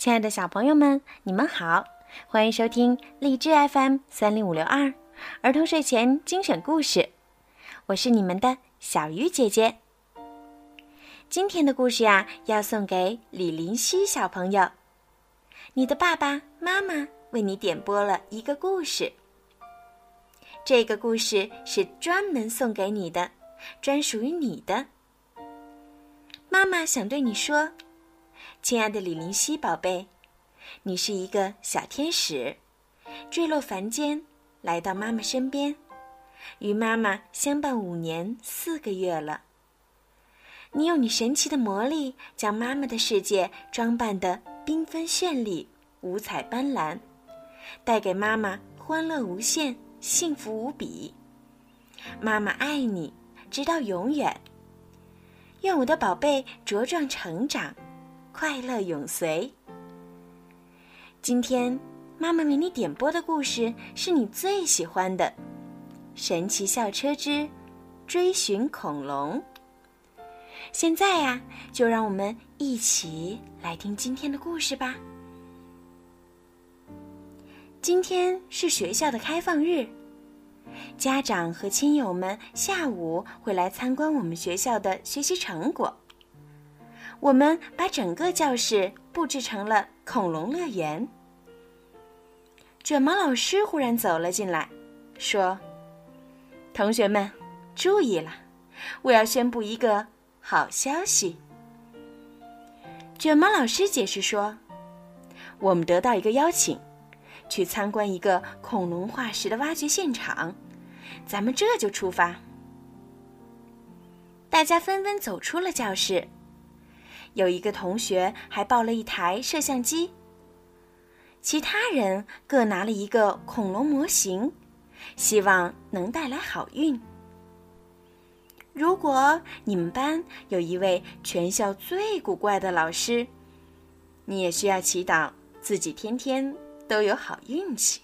亲爱的小朋友们，你们好，欢迎收听荔枝 FM30562儿童睡前精选故事，我是你们的小鱼姐姐。今天的故事呀，要送给李林熙小朋友。你的爸爸妈妈为你点播了一个故事，这个故事是专门送给你的，专属于你的。妈妈想对你说，亲爱的李林熙宝贝，你是一个小天使，坠落凡间，来到妈妈身边，与妈妈相伴5年4个月了。你用你神奇的魔力，将妈妈的世界装扮得缤纷绚丽，五彩斑斓，带给妈妈欢乐无限，幸福无比。妈妈爱你，直到永远。愿我的宝贝茁壮成长，快乐永随。今天妈妈为你点播的故事是你最喜欢的《神奇校车之追寻恐龙》。现在呀，就让我们一起来听今天的故事吧。今天是学校的开放日，家长和亲友们下午会来参观我们学校的学习成果。我们把整个教室布置成了恐龙乐园。卷毛老师忽然走了进来，说：同学们，注意了，我要宣布一个好消息。卷毛老师解释说，我们得到一个邀请，去参观一个恐龙化石的挖掘现场，咱们这就出发。大家纷纷走出了教室，有一个同学还抱了一台摄像机，其他人各拿了一个恐龙模型，希望能带来好运。如果你们班有一位全校最古怪的老师，你也需要祈祷自己天天都有好运气。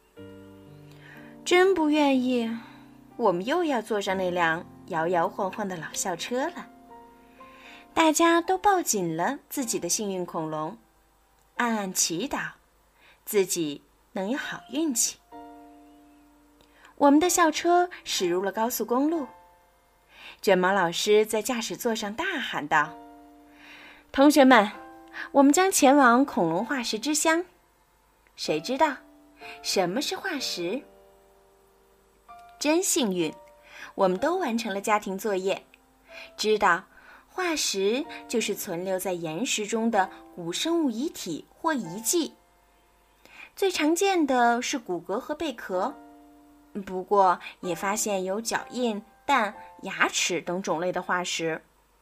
真不愿意，我们又要坐上那辆摇摇晃晃的老校车了。大家都抱紧了自己的幸运恐龙，暗暗祈祷自己能有好运气。我们的校车驶入了高速公路，卷毛老师在驾驶座上大喊道：同学们，我们将前往恐龙化石之乡。谁知道什么是化石？真幸运，我们都完成了家庭作业，知道化石就是存留在岩石中的古生物遗体或遗迹。最常见的是骨骼和贝壳，不过也发现有脚印、蛋、牙齿等种类的化石。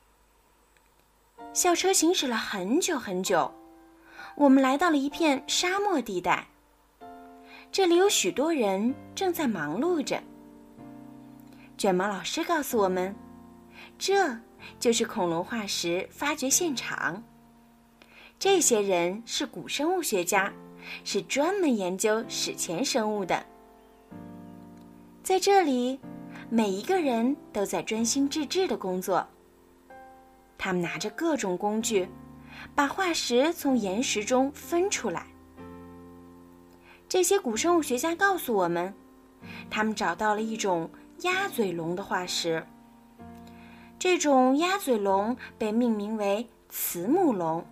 校车行驶了很久很久，我们来到了一片沙漠地带，这里有许多人正在忙碌着。卷毛老师告诉我们，这就是恐龙化石发掘现场。这些人是古生物学家，是专门研究史前生物的。在这里，每一个人都在专心致志地工作。他们拿着各种工具，把化石从岩石中分出来。这些古生物学家告诉我们，他们找到了一种鸭嘴龙的化石。这种鸭嘴龙被命名为慈母龙。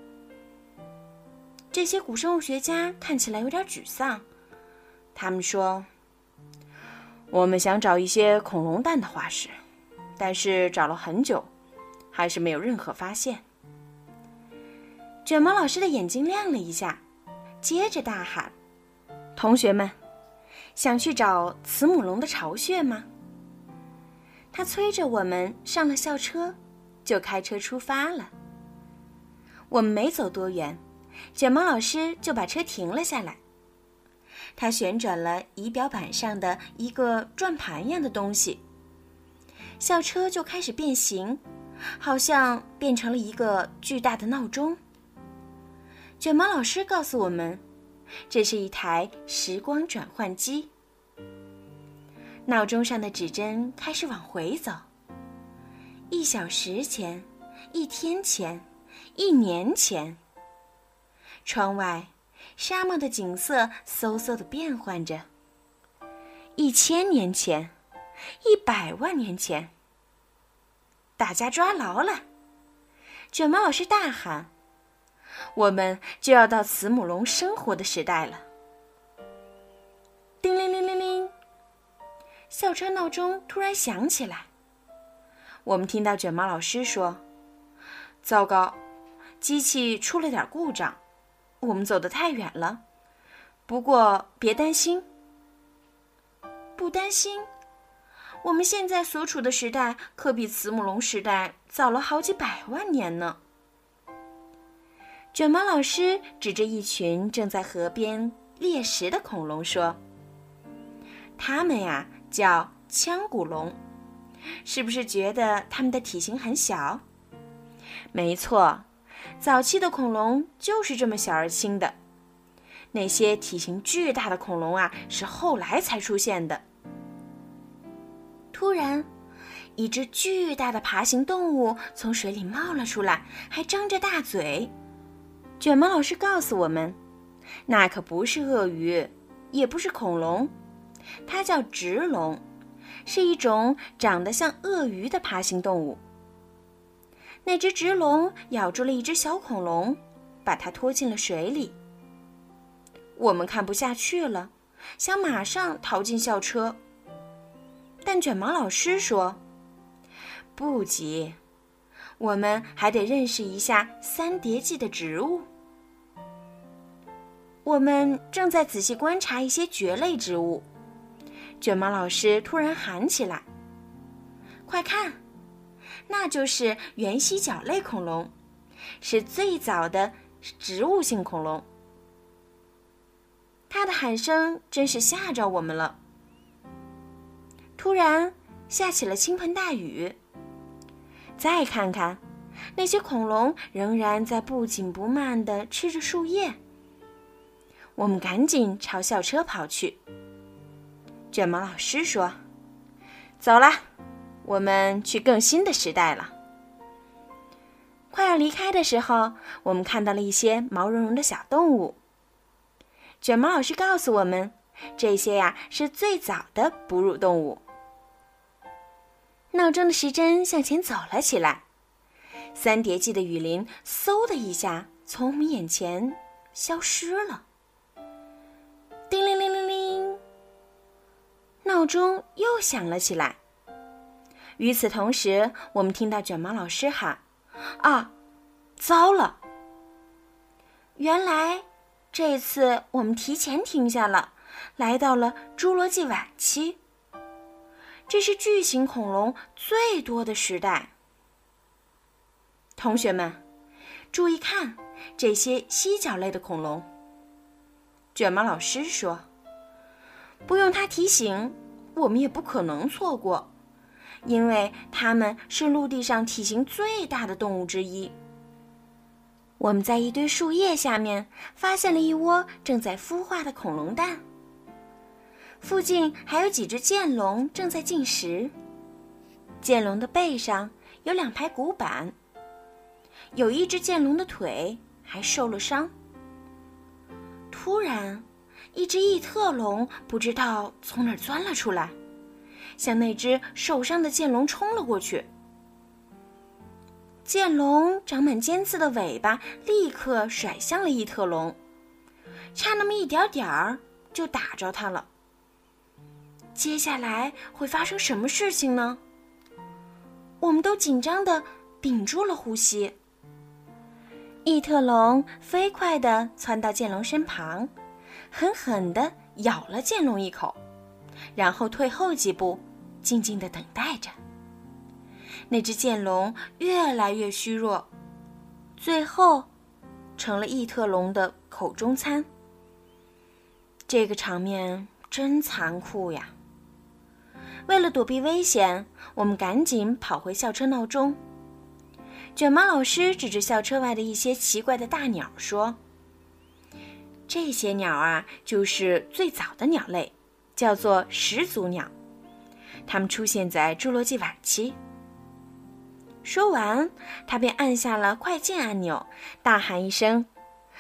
这些古生物学家看起来有点沮丧，他们说，我们想找一些恐龙蛋的化石，但是找了很久，还是没有任何发现。卷毛老师的眼睛亮了一下，接着大喊，同学们，想去找慈母龙的巢穴吗？他催着我们上了校车，就开车出发了。我们没走多远，卷毛老师就把车停了下来。他旋转了仪表板上的一个转盘样的东西，校车就开始变形，好像变成了一个巨大的闹钟。卷毛老师告诉我们，这是一台时光转换机。闹钟上的指针开始往回走，1小时前，1天前，1年前。 窗外沙漠的景色嗖嗖地变换着。1000年前，100万年前，大家抓牢了！卷毛老师大喊：“我们就要到慈母龙生活的时代了！”叮铃铃铃铃，校车闹钟突然响起来。我们听到卷毛老师说：“糟糕，机器出了点故障，我们走得太远了。不过别担心。”不担心？我们现在所处的时代可比慈母龙时代早了好几百万年呢。卷毛老师指着一群正在河边猎食的恐龙说：“它们呀，叫腔骨龙。是不是觉得它们的体型很小？没错，早期的恐龙就是这么小而轻的。那些体型巨大的恐龙啊，是后来才出现的。”突然，一只巨大的爬行动物从水里冒了出来，还张着大嘴。卷毛老师告诉我们，那可不是鳄鱼，也不是恐龙，它叫直龙，是一种长得像鳄鱼的爬行动物。那只直龙咬住了一只小恐龙，把它拖进了水里。我们看不下去了，想马上逃进校车。但卷毛老师说：“不急，我们还得认识一下三叠纪的植物。”我们正在仔细观察一些蕨类植物。卷毛老师突然喊起来：“快看，那就是原蜥脚类恐龙，是最早的植物性恐龙。”他的喊声真是吓着我们了。突然下起了倾盆大雨。再看看，那些恐龙仍然在不紧不慢地吃着树叶。我们赶紧朝校车跑去。卷毛老师说：“走了，我们去更新的时代了。”快要离开的时候，我们看到了一些毛茸茸的小动物。卷毛老师告诉我们，这些呀是最早的哺乳动物。闹钟的时针向前走了起来，三叠纪的雨林嗖的一下从我们眼前消失了。叮铃铃铃铃，闹钟又响了起来。与此同时，我们听到卷毛老师喊：“啊，糟了！”原来这次我们提前停下了，来到了侏罗纪晚期。这是巨型恐龙最多的时代。同学们，注意看这些蜥脚类的恐龙。卷毛老师说：“不用他提醒，我们也不可能错过，因为它们是陆地上体型最大的动物之一。”我们在一堆树叶下面发现了一窝正在孵化的恐龙蛋。附近还有几只剑龙正在进食，剑龙的背上有2排骨板，有一只剑龙的腿还受了伤。突然，一只异特龙不知道从哪儿钻了出来，向那只受伤的剑龙冲了过去。剑龙长满尖刺的尾巴立刻甩向了异特龙，差那么一点点儿就打着它了。接下来会发生什么事情呢？我们都紧张地屏住了呼吸。异特龙飞快地窜到剑龙身旁，狠狠地咬了剑龙一口，然后退后几步，静静地等待着。那只剑龙越来越虚弱，最后成了异特龙的口中餐。这个场面真残酷呀！为了躲避危险，我们赶紧跑回校车闹钟。卷毛老师指着校车外的一些奇怪的大鸟说：“这些鸟啊，就是最早的鸟类，叫做始祖鸟。它们出现在侏罗纪晚期。”说完，他便按下了快进按钮，大喊一声：“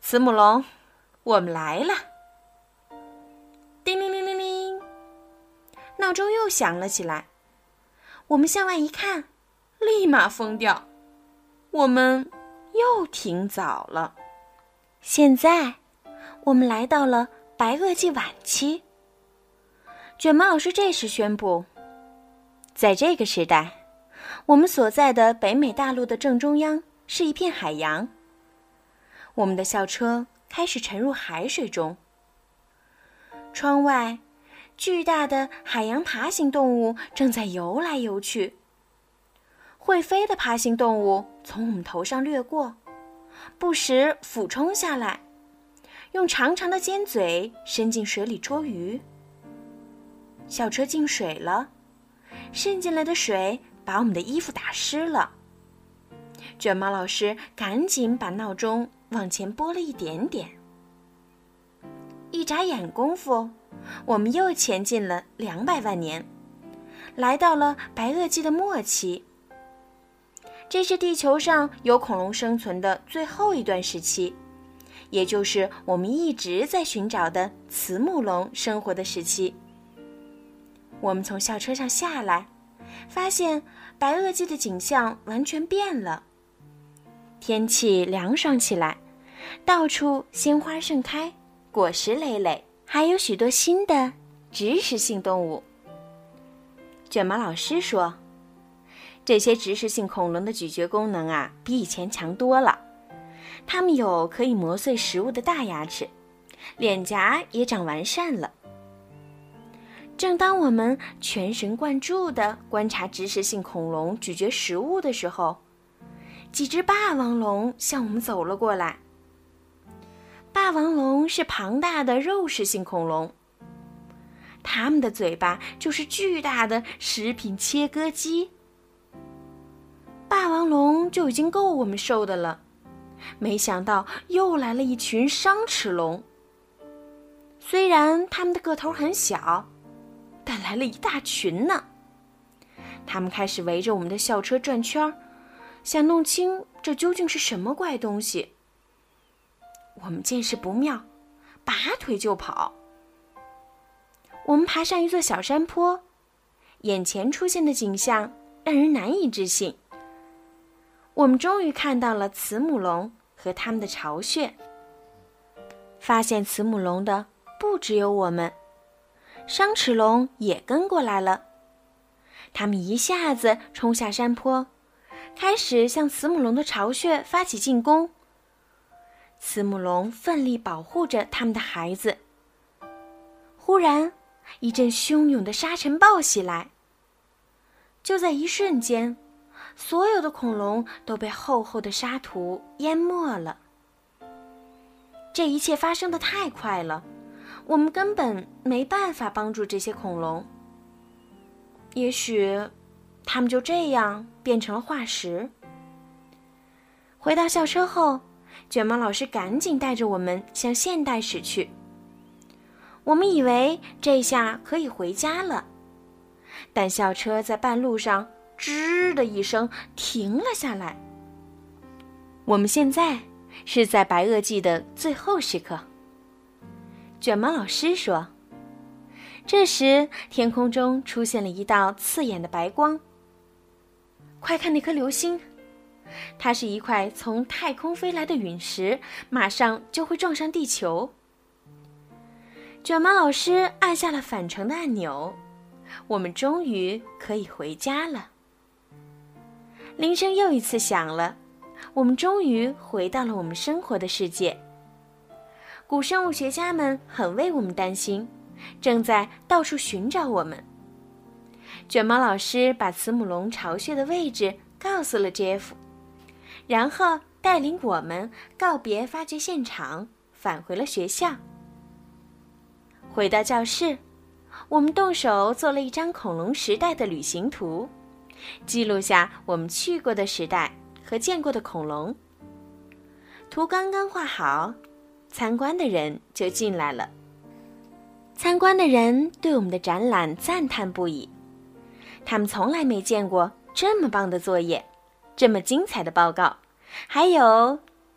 慈母龙，我们来了。叮铃铃铃铃，闹钟又响了起来。我们向外一看，立马疯掉，我们又挺早了。现在我们来到了白垩纪晚期。卷毛老师这时宣布，在这个时代，我们所在的北美大陆的正中央是一片海洋。我们的校车开始沉入海水中。窗外，巨大的海洋爬行动物正在游来游去。会飞的爬行动物从我们头上掠过，不时俯冲下来，用长长的尖嘴伸进水里捉鱼。校车进水了，渗进来的水把我们的衣服打湿了。卷毛老师赶紧把闹钟往前拨了一点点。一眨眼功夫，我们又前进了200万年，来到了白垩纪的末期。这是地球上有恐龙生存的最后一段时期，也就是我们一直在寻找的慈母龙生活的时期。我们从校车上下来，发现白垩纪的景象完全变了。天气凉爽起来，到处鲜花盛开，果实累累，还有许多新的植食性动物。卷毛老师说，这些植食性恐龙的咀嚼功能啊，比以前强多了。它们有可以磨碎食物的大牙齿，脸颊也长完善了。正当我们全神贯注地观察植食性恐龙咀嚼食物的时候，几只霸王龙向我们走了过来。霸王龙是庞大的肉食性恐龙，它们的嘴巴就是巨大的食品切割机。霸王龙就已经够我们受的了，没想到又来了一群商齿龙。虽然它们的个头很小，但来了一大群呢。他们开始围着我们的校车转圈，想弄清这究竟是什么怪东西。我们见势不妙，拔腿就跑。我们爬上一座小山坡，眼前出现的景象让人难以置信。我们终于看到了慈母龙和它们的巢穴。发现慈母龙的不只有我们，商齿龙也跟过来了。它们一下子冲下山坡，开始向慈母龙的巢穴发起进攻。慈母龙奋力保护着它们的孩子。忽然，一阵汹涌的沙尘暴袭来。就在一瞬间，所有的恐龙都被厚厚的沙土淹没了。这一切发生得太快了，我们根本没办法帮助这些恐龙。也许它们就这样变成了化石。回到校车后，卷毛老师赶紧带着我们向现代驶去。我们以为这下可以回家了，但校车在半路上吱的一声停了下来。我们现在是在白垩纪的最后时刻。卷毛老师说，这时天空中出现了一道刺眼的白光。快看那颗流星，它是一块从太空飞来的陨石，马上就会撞上地球。卷毛老师按下了返程的按钮，我们终于可以回家了。铃声又一次响了，我们终于回到了我们生活的世界。古生物学家们很为我们担心，正在到处寻找我们。卷毛老师把慈母龙巢穴的位置告诉了 Jeff， 然后带领我们告别发掘现场，返回了学校。回到教室，我们动手做了一张恐龙时代的旅行图，记录下我们去过的时代和见过的恐龙。图刚刚画好，参观的人就进来了。参观的人对我们的展览赞叹不已，他们从来没见过这么棒的作业，这么精彩的报告，还有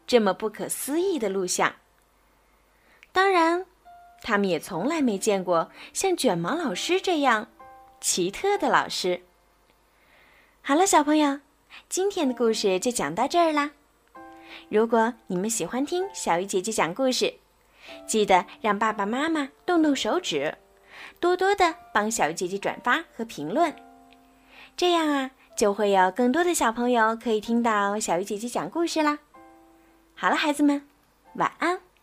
这么不可思议的录像。当然，他们也从来没见过像卷毛老师这样奇特的老师。好了，小朋友，今天的故事就讲到这儿啦。如果你们喜欢听小鱼姐姐讲故事，记得让爸爸妈妈动动手指，多多的帮小鱼姐姐转发和评论。这样啊，就会有更多的小朋友可以听到小鱼姐姐讲故事啦。好了，孩子们，晚安。